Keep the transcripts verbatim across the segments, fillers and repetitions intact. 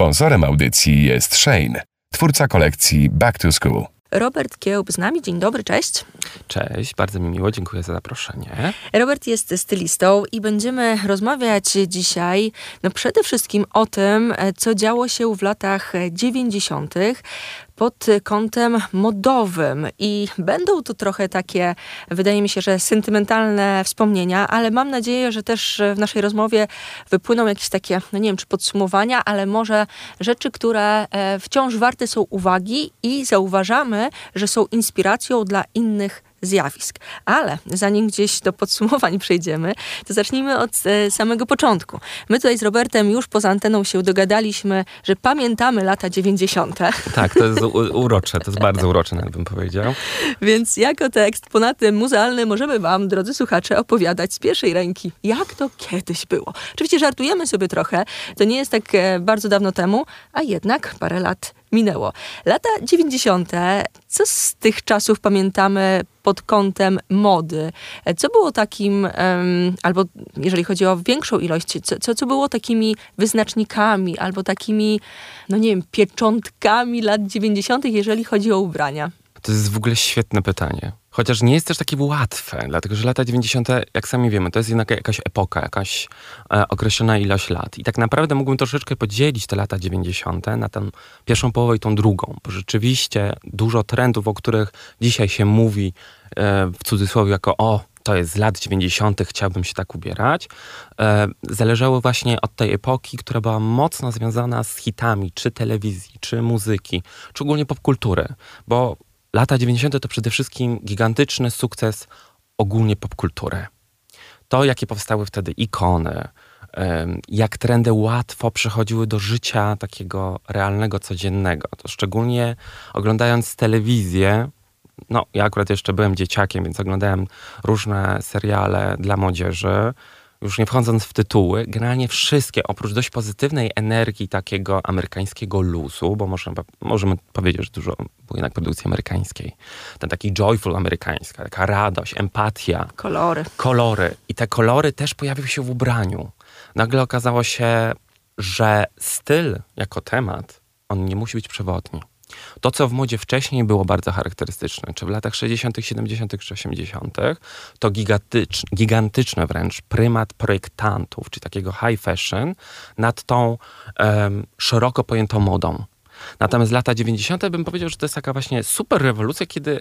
Sponsorem audycji jest Shein, twórca kolekcji Back to School. Robert Kiełb z nami. Dzień dobry, cześć. Cześć, bardzo mi miło, dziękuję za zaproszenie. Robert jest stylistą i będziemy rozmawiać dzisiaj no przede wszystkim o tym, co działo się w latach dziewięćdziesiątych pod kątem modowym. I będą to trochę takie, wydaje mi się, że sentymentalne wspomnienia, ale mam nadzieję, że też w naszej rozmowie wypłyną jakieś takie, no nie wiem, czy podsumowania, ale może rzeczy, które wciąż warte są uwagi i zauważamy, że są inspiracją dla innych zjawisk. Ale zanim gdzieś do podsumowań przejdziemy, to zacznijmy od e, samego początku. My tutaj z Robertem już poza anteną się dogadaliśmy, że pamiętamy lata dziewięćdziesiąte. Tak, to jest u- urocze, to jest bardzo urocze, nawet bym powiedział. Więc jako te eksponaty muzealne możemy wam, drodzy słuchacze, opowiadać z pierwszej ręki, jak to kiedyś było. Oczywiście żartujemy sobie trochę, to nie jest tak e, bardzo dawno temu, a jednak parę lat minęło. Lata dziewięćdziesiąte. Co z tych czasów pamiętamy pod kątem mody? Co było takim, um, albo jeżeli chodzi o większą ilość, co, co, co było takimi wyznacznikami, albo takimi, no nie wiem, pieczątkami lat dziewięćdziesiątych, jeżeli chodzi o ubrania? To jest w ogóle świetne pytanie. Chociaż nie jest też takie łatwe, dlatego że lata dziewięćdziesiąte, jak sami wiemy, to jest jednak jakaś epoka, jakaś e, określona ilość lat. I tak naprawdę mógłbym troszeczkę podzielić te lata dziewięćdziesiąte na tę pierwszą połowę i tą drugą, bo rzeczywiście dużo trendów, o których dzisiaj się mówi e, w cudzysłowie jako o, to jest z lat dziewięćdziesiątych, chciałbym się tak ubierać, e, zależało właśnie od tej epoki, która była mocno związana z hitami, czy telewizji, czy muzyki, czy ogólnie popkultury, bo lata dziewięćdziesiąte to przede wszystkim gigantyczny sukces ogólnie popkultury. To, jakie powstały wtedy ikony, jak trendy łatwo przechodziły do życia takiego realnego, codziennego. To szczególnie oglądając telewizję, no ja akurat jeszcze byłem dzieciakiem, więc oglądałem różne seriale dla młodzieży, już nie wchodząc w tytuły, generalnie wszystkie, oprócz dość pozytywnej energii takiego amerykańskiego luzu, bo możemy, możemy powiedzieć, że dużo było jednak produkcji amerykańskiej. Ten taki joyful amerykańska, taka radość, empatia. Kolory. Kolory. I te kolory też pojawiły się w ubraniu. Nagle okazało się, że styl jako temat, on nie musi być przewodni. To, co w modzie wcześniej było bardzo charakterystyczne, czy w latach sześćdziesiątych, siedemdziesiątych czy osiemdziesiątych, to gigantyczne, gigantyczne wręcz prymat projektantów, czy takiego high fashion nad tą um, szeroko pojętą modą. Natomiast lata dziewięćdziesiąte bym powiedział, że to jest taka właśnie super rewolucja, kiedy,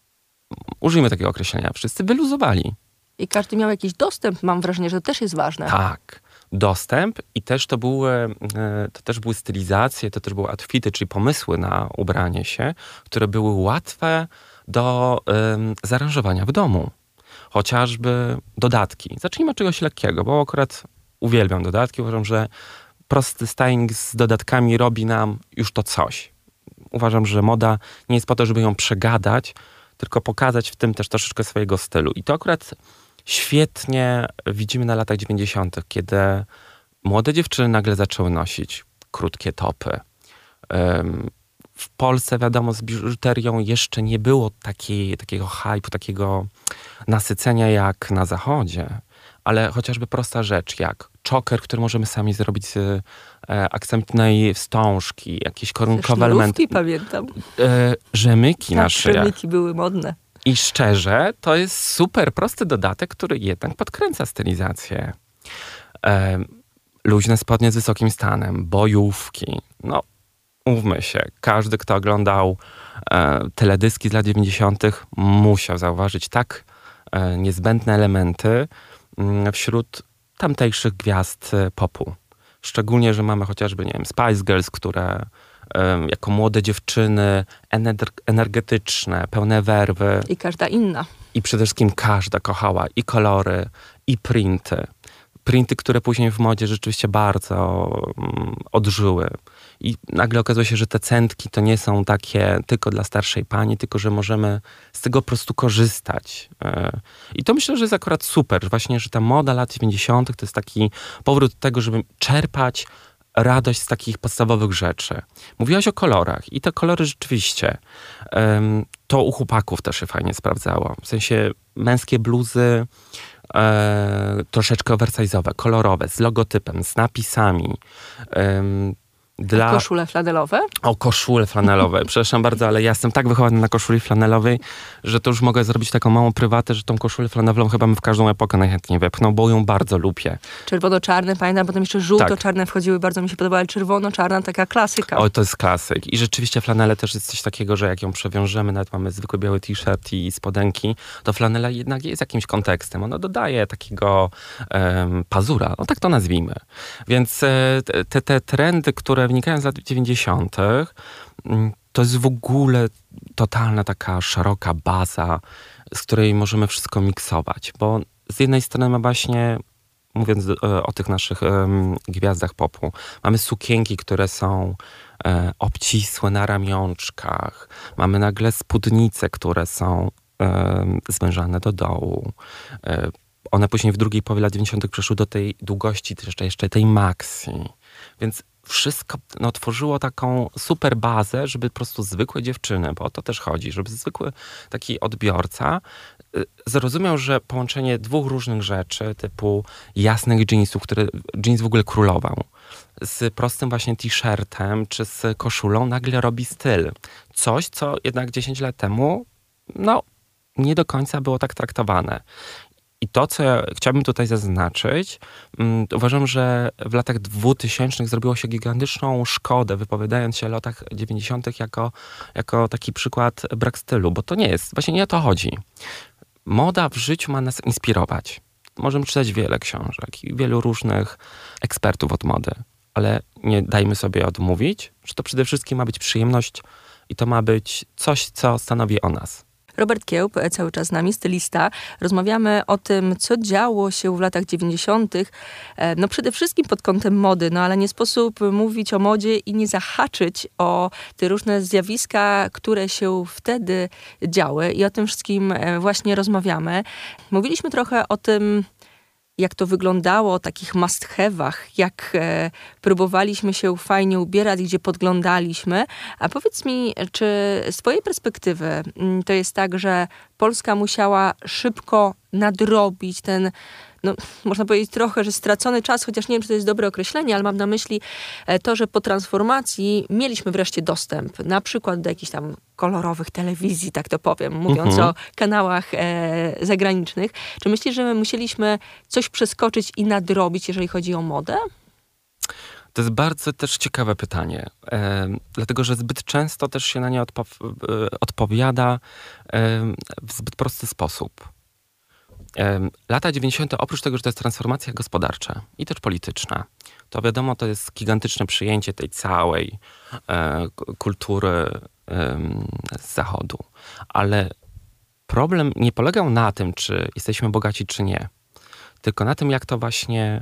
użyjmy takiego określenia, wszyscy wyluzowali. I każdy miał jakiś dostęp, mam wrażenie, że to też jest ważne. Tak. Dostęp i też to były, to też były stylizacje, to też były outfity, czyli pomysły na ubranie się, które były łatwe do um, zaaranżowania w domu. Chociażby dodatki. Zacznijmy od czegoś lekkiego, bo akurat uwielbiam dodatki. Uważam, że prosty styling z dodatkami robi nam już to coś. Uważam, że moda nie jest po to, żeby ją przegadać, tylko pokazać w tym też troszeczkę swojego stylu. I to akurat świetnie widzimy na latach dziewięćdziesiątych, kiedy młode dziewczyny nagle zaczęły nosić krótkie topy. W Polsce, wiadomo, z biżuterią jeszcze nie było takiej, takiego hype'u, takiego nasycenia jak na zachodzie, ale chociażby prosta rzecz jak czoker, który możemy sami zrobić z e, akcentnej wstążki, jakieś korunkowe elementy. Pamiętam. E, rzemyki tak, na szyjach. Rzemyki były modne. I szczerze, to jest super prosty dodatek, który jednak podkręca stylizację. E, luźne spodnie z wysokim stanem, bojówki. No, mówmy się, każdy, kto oglądał e, teledyski z lat dziewięćdziesiątych musiał zauważyć tak e, niezbędne elementy m, wśród tamtejszych gwiazd popu. Szczególnie, że mamy chociażby, nie wiem, Spice Girls, które jako młode dziewczyny, energetyczne, pełne werwy. I każda inna. I przede wszystkim każda kochała i kolory, i printy. Printy, które później w modzie rzeczywiście bardzo um, odżyły. I nagle okazuje się, że te centki to nie są takie tylko dla starszej pani, tylko że możemy z tego po prostu korzystać. I to myślę, że jest akurat super, że właśnie, że ta moda lat dziewięćdziesiątych to jest taki powrót do tego, żeby czerpać radość z takich podstawowych rzeczy. Mówiłaś o kolorach i te kolory rzeczywiście, um, to u chłopaków też się fajnie sprawdzało. W sensie męskie bluzy e, troszeczkę oversize'owe, kolorowe, z logotypem, z napisami. Um, Dla... Koszule flanelowe? O, koszule flanelowe. Przepraszam bardzo, ale ja jestem tak wychowany na koszuli flanelowej, że to już mogę zrobić taką małą prywatę, że tą koszulę flanelową chyba bym w każdą epokę najchętniej wepchnął, bo ją bardzo lubię. Czerwono-czarne, pamiętam, potem jeszcze żółto-czarne tak. wchodziły, bardzo mi się podobały, ale czerwono-czarna taka klasyka. O, to jest klasyk. I rzeczywiście flanele też jest coś takiego, że jak ją przewiążemy, nawet mamy zwykły biały t-shirt i spodenki, to flanela jednak jest jakimś kontekstem. Ona dodaje takiego um, pazura, no tak to nazwijmy. Więc te, te trendy, które wynikają z lat dziewięćdziesiątych, to jest w ogóle totalna taka szeroka baza, z której możemy wszystko miksować, bo z jednej strony ma właśnie, mówiąc o tych naszych um, gwiazdach popu, mamy sukienki, które są e, obcisłe na ramionczkach, mamy nagle spódnice, które są e, zwężane do dołu. E, one później w drugiej połowie lat dziewięćdziesiątych przeszły do tej długości jeszcze, jeszcze tej maxi. Więc wszystko no, tworzyło taką super bazę, żeby po prostu zwykłe dziewczyny, bo o to też chodzi, żeby zwykły taki odbiorca y, zrozumiał, że połączenie dwóch różnych rzeczy, typu jasnych jeansów, które jeans w ogóle królował, z prostym właśnie t-shirtem czy z koszulą nagle robi styl. Coś, co jednak dziesięć lat temu no, nie do końca było tak traktowane. I to, co ja chciałbym tutaj zaznaczyć, um, uważam, że w latach dwutysięcznych zrobiło się gigantyczną szkodę, wypowiadając się o latach dziewięćdziesiątych jako, jako taki przykład brak stylu, bo to nie jest, właśnie nie o to chodzi. Moda w życiu ma nas inspirować. Możemy czytać wiele książek i wielu różnych ekspertów od mody, ale nie dajmy sobie odmówić, że to przede wszystkim ma być przyjemność i to ma być coś, co stanowi o nas. Robert Kiełb, cały czas z nami, stylista. Rozmawiamy o tym, co działo się w latach dziewięćdziesiątych. No przede wszystkim pod kątem mody, no ale nie sposób mówić o modzie i nie zahaczyć o te różne zjawiska, które się wtedy działy. I o tym wszystkim właśnie rozmawiamy. Mówiliśmy trochę o tym, jak to wyglądało, o takich must-have'ach, jak e, próbowaliśmy się fajnie ubierać, gdzie podglądaliśmy. A powiedz mi, czy z twojej perspektywy m, to jest tak, że Polska musiała szybko nadrobić ten, no, można powiedzieć trochę, że stracony czas, chociaż nie wiem, czy to jest dobre określenie, ale mam na myśli to, że po transformacji mieliśmy wreszcie dostęp na przykład do jakichś tam kolorowych telewizji, tak to powiem, mówiąc mhm. o kanałach e, zagranicznych. Czy myślisz, że my musieliśmy coś przeskoczyć i nadrobić, jeżeli chodzi o modę? To jest bardzo też ciekawe pytanie, e, dlatego że zbyt często też się na nie odpo- e, odpowiada e, w zbyt prosty sposób. E, lata dziewięćdziesiąte oprócz tego, że to jest transformacja gospodarcza i też polityczna, to wiadomo, to jest gigantyczne przyjęcie tej całej e, kultury e, z zachodu. Ale problem nie polegał na tym, czy jesteśmy bogaci, czy nie, tylko na tym, jak to właśnie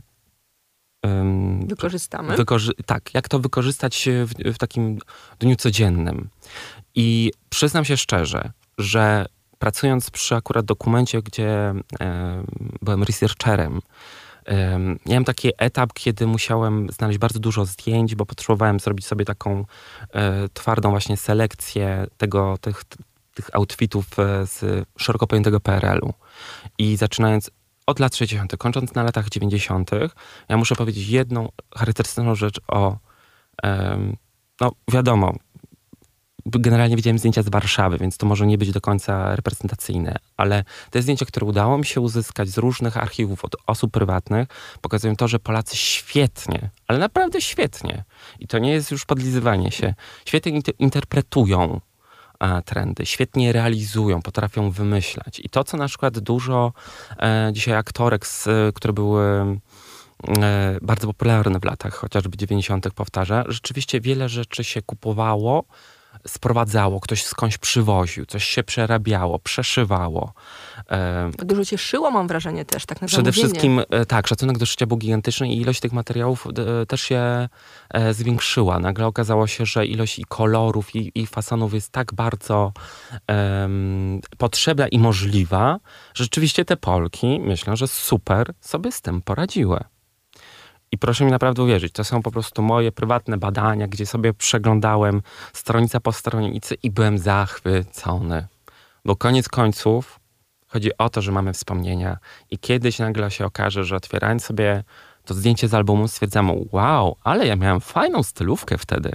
Wykorzystamy. Wykorzy- tak, jak to wykorzystać w, w takim dniu codziennym. I przyznam się szczerze, że pracując przy akurat dokumencie, gdzie e, byłem researcherem, e, miałem taki etap, kiedy musiałem znaleźć bardzo dużo zdjęć, bo potrzebowałem zrobić sobie taką e, twardą właśnie selekcję tego, tych, tych outfitów z szeroko pojętego P R L u. I zaczynając od lat sześćdziesiątych, kończąc na latach dziewięćdziesiątych, ja muszę powiedzieć jedną charakterystyczną rzecz o, um, no wiadomo, generalnie widziałem zdjęcia z Warszawy, więc to może nie być do końca reprezentacyjne, ale te zdjęcia, które udało mi się uzyskać z różnych archiwów od osób prywatnych, pokazują to, że Polacy świetnie, ale naprawdę świetnie, i to nie jest już podlizywanie się, świetnie inter- interpretują trendy, świetnie realizują, potrafią wymyślać. I to, co na przykład dużo e, dzisiaj aktorek, z, które były e, bardzo popularne w latach, chociażby dziewięćdziesiątych powtarza, rzeczywiście wiele rzeczy się kupowało, sprowadzało, ktoś skądś przywoził, coś się przerabiało, przeszywało. E, Dużo się szyło, mam wrażenie też, tak na Przede zamówienie. wszystkim, e, tak, szacunek do szycia był gigantyczny i ilość tych materiałów e, też się e, zwiększyła. Nagle okazało się, że ilość i kolorów, i, i fasonów jest tak bardzo e, potrzebna i możliwa, że rzeczywiście te Polki, myślę, że super sobie z tym poradziły. I proszę mi naprawdę uwierzyć, to są po prostu moje prywatne badania, gdzie sobie przeglądałem stronica po stronicy i byłem zachwycony. Bo koniec końców chodzi o to, że mamy wspomnienia i kiedyś nagle się okaże, że otwierając sobie to zdjęcie z albumu, stwierdzamy, wow, ale ja miałem fajną stylówkę wtedy.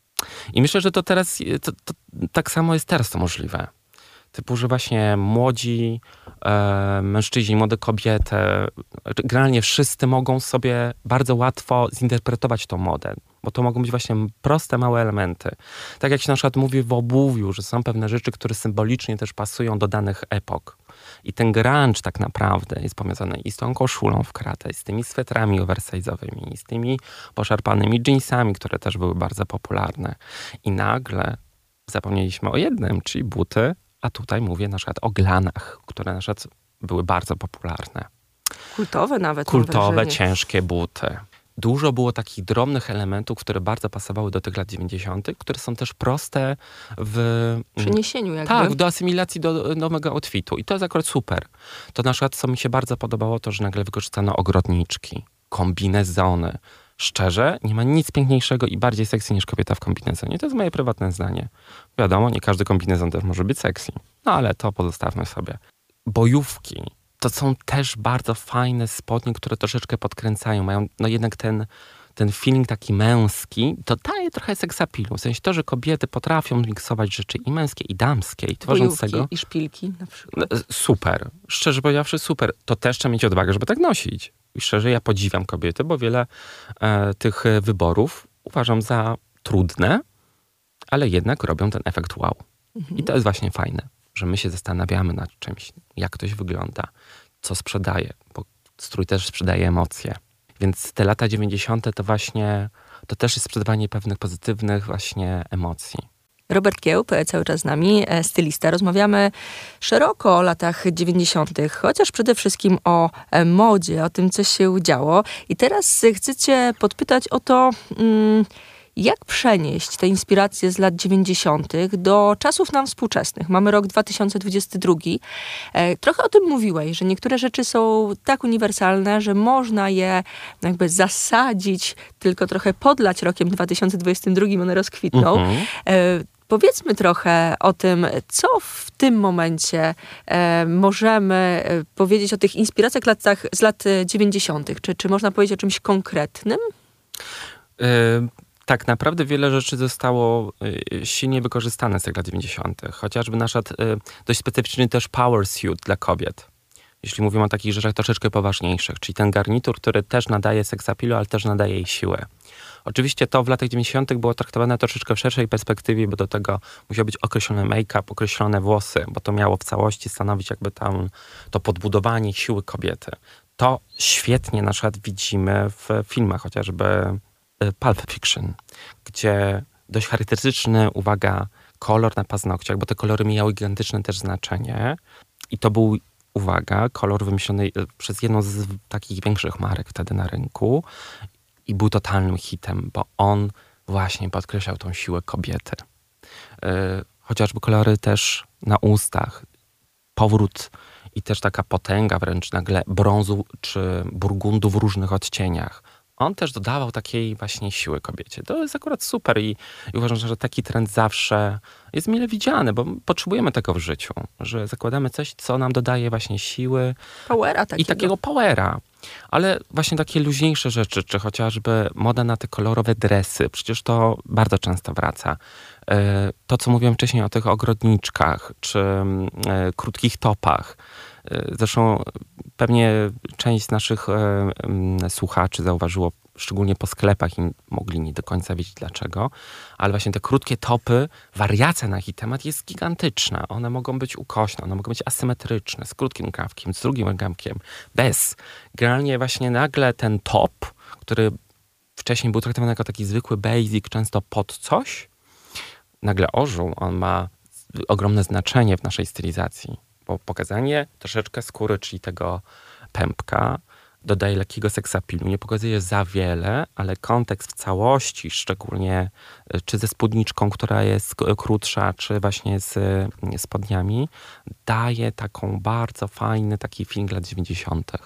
I myślę, że to teraz, to, to, tak samo jest teraz to możliwe. Typu, że właśnie młodzi e, mężczyźni, młode kobiety, generalnie wszyscy mogą sobie bardzo łatwo zinterpretować tą modę, bo to mogą być właśnie proste, małe elementy. Tak jak się na przykład mówi w obuwiu, że są pewne rzeczy, które symbolicznie też pasują do danych epok. I ten grunge tak naprawdę jest powiązany i z tą koszulą w kratę, i z tymi swetrami oversize'owymi, i z tymi poszarpanymi jeansami, które też były bardzo popularne. I nagle zapomnieliśmy o jednym, czyli buty, a tutaj mówię na przykład o glanach, które na przykład były bardzo popularne. Kultowe nawet. Kultowe, ciężkie buty. Dużo było takich drobnych elementów, które bardzo pasowały do tych lat dziewięćdziesiątych, które są też proste w przeniesieniu jakby. Tak, do asymilacji do nowego outfitu. I to jest akurat super. To na przykład, co mi się bardzo podobało, to, że nagle wykorzystano ogrodniczki, kombinezony. Szczerze, nie ma nic piękniejszego i bardziej sexy niż kobieta w kombinezonie. To jest moje prywatne zdanie. Wiadomo, nie każdy kombinezon też może być sexy. No ale to pozostawmy sobie. Bojówki. To są też bardzo fajne spodnie, które troszeczkę podkręcają. Mają no jednak ten, ten feeling taki męski. To daje trochę seksapilu. W sensie to, że kobiety potrafią miksować rzeczy i męskie, i damskie. I tworząc Bojówki tego... i szpilki na przykład. Super. Szczerze powiedziawszy, super. To też trzeba mieć odwagę, żeby tak nosić. I szczerze, ja podziwiam kobiety, bo wiele e, tych wyborów uważam za trudne, ale jednak robią ten efekt wow. Mhm. I to jest właśnie fajne, że my się zastanawiamy nad czymś, jak ktoś wygląda, co sprzedaje, bo strój też sprzedaje emocje. Więc te lata dziewięćdziesiąte to właśnie, to też jest sprzedawanie pewnych pozytywnych właśnie emocji. Robert Kiełb, cały czas z nami, stylista. Rozmawiamy szeroko o latach dziewięćdziesiątych, chociaż przede wszystkim o modzie, o tym, co się działo. I teraz chcę cię podpytać o to, jak przenieść te inspiracje z lat dziewięćdziesiątych do czasów nam współczesnych. Mamy rok dwa tysiące dwudziesty drugi. Trochę o tym mówiłeś, że niektóre rzeczy są tak uniwersalne, że można je jakby zasadzić, tylko trochę podlać rokiem dwa tysiące dwudziestym drugim, one rozkwitną. Mhm. Powiedzmy trochę o tym, co w tym momencie e, możemy e, powiedzieć o tych inspiracjach latach, z lat dziewięćdziesiątych. Czy, czy można powiedzieć o czymś konkretnym? Y- Tak naprawdę wiele rzeczy zostało y, silnie wykorzystane z tych lat dziewięćdziesiątych. Chociażby nasz y, dość specyficzny też power suit dla kobiet. Jeśli mówimy o takich rzeczach troszeczkę poważniejszych. Czyli ten garnitur, który też nadaje seksapilu, ale też nadaje jej siłę. Oczywiście to w latach dziewięćdziesiątych było traktowane troszeczkę w szerszej perspektywie, bo do tego musiał być określony make-up, określone włosy, bo to miało w całości stanowić jakby tam to podbudowanie siły kobiety. To świetnie na przykład widzimy w filmach, chociażby Pulp Fiction, gdzie dość charakterystyczny, uwaga, kolor na paznokciach, bo te kolory miały gigantyczne też znaczenie. I to był, uwaga, kolor wymyślony przez jedną z takich większych marek wtedy na rynku i był totalnym hitem, bo on właśnie podkreślał tą siłę kobiety. Yy, chociażby kolory też na ustach, powrót i też taka potęga wręcz nagle brązu czy burgundu w różnych odcieniach. On też dodawał takiej właśnie siły kobiecie. To jest akurat super i, i uważam, że taki trend zawsze jest mile widziany, bo potrzebujemy tego w życiu, że zakładamy coś, co nam dodaje właśnie siły. Powera takiego. I takiego powera. Ale właśnie takie luźniejsze rzeczy, czy chociażby moda na te kolorowe dresy, przecież to bardzo często wraca. To, co mówiłem wcześniej o tych ogrodniczkach, czy krótkich topach. Zresztą pewnie część z naszych e, m, słuchaczy zauważyło, szczególnie po sklepach i mogli nie do końca wiedzieć dlaczego, ale właśnie te krótkie topy, wariacja na ich temat jest gigantyczna. One mogą być ukośne, one mogą być asymetryczne, z krótkim rękawkiem, z drugim rękawkiem, bez. Generalnie właśnie nagle ten top, który wcześniej był traktowany jako taki zwykły basic, często pod coś, nagle ożył. On ma ogromne znaczenie w naszej stylizacji. Bo pokazanie troszeczkę skóry, czyli tego pępka, dodaje lekkiego seksapilu. Nie pokazuje za wiele, ale kontekst w całości, szczególnie czy ze spódniczką, która jest krótsza, czy właśnie z spodniami, daje taką bardzo fajny taki feeling lat dziewięćdziesiątych.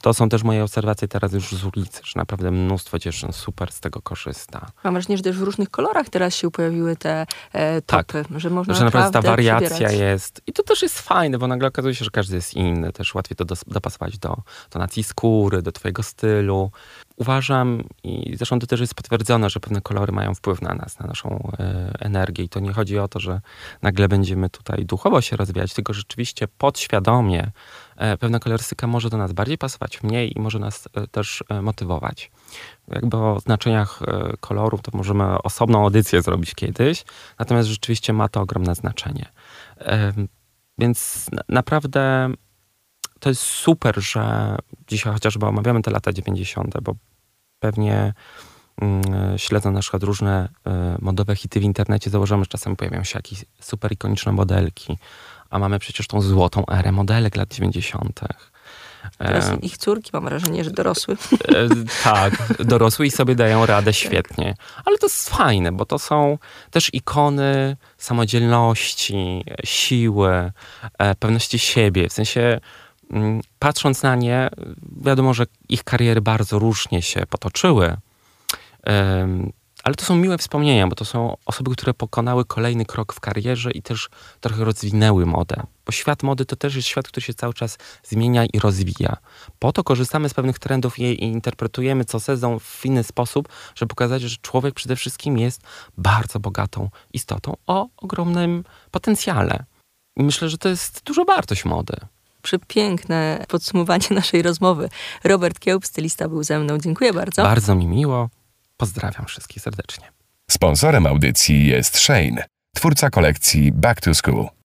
to są też moje obserwacje teraz już z ulicy, że naprawdę mnóstwo dziewczyn super z tego korzysta. Mam wrażenie, że też w różnych kolorach teraz się pojawiły te e, topy, tak. że można że naprawdę ta wariacja przybierać. jest. I to też jest fajne, bo nagle okazuje się, że każdy jest inny. Też łatwiej to dos- dopasować do tonacji skóry, do twojego stylu. Uważam, i zresztą to też jest potwierdzone, że pewne kolory mają wpływ na nas, na naszą e, energię. I to nie chodzi o to, że nagle będziemy tutaj duchowo się rozwijać, tylko rzeczywiście podświadomie e, pewna kolorystyka może do nas bardziej pasować, mniej i może nas e, też e, motywować. Jakby o znaczeniach e, kolorów to możemy osobną audycję zrobić kiedyś, natomiast rzeczywiście ma to ogromne znaczenie. E, więc na, naprawdę to jest super, że dzisiaj chociażby omawiamy te lata dziewięćdziesiąte, bo pewnie mm, śledząc na przykład różne y, modowe hity w internecie, założymy, że czasem pojawiają się jakieś super ikoniczne modelki, a mamy przecież tą złotą erę modelek lat dziewięćdziesiątych. Teraz e, ich córki, mam wrażenie, że dorosły. E, tak, dorosły i sobie dają radę świetnie. Ale to jest fajne, bo to są też ikony samodzielności, siły, e, pewności siebie. W sensie patrząc na nie, wiadomo, że ich kariery bardzo różnie się potoczyły, ale to są miłe wspomnienia, bo to są osoby, które pokonały kolejny krok w karierze i też trochę rozwinęły modę. Bo świat mody to też jest świat, który się cały czas zmienia i rozwija. Po to korzystamy z pewnych trendów i interpretujemy co sezon w inny sposób, żeby pokazać, że człowiek przede wszystkim jest bardzo bogatą istotą o ogromnym potencjale. I myślę, że to jest duża wartość mody. Przepiękne podsumowanie naszej rozmowy. Robert Kiełb, stylista, był ze mną. Dziękuję bardzo. Bardzo mi miło. Pozdrawiam wszystkich serdecznie. Sponsorem audycji jest Shein, twórca kolekcji Back to School.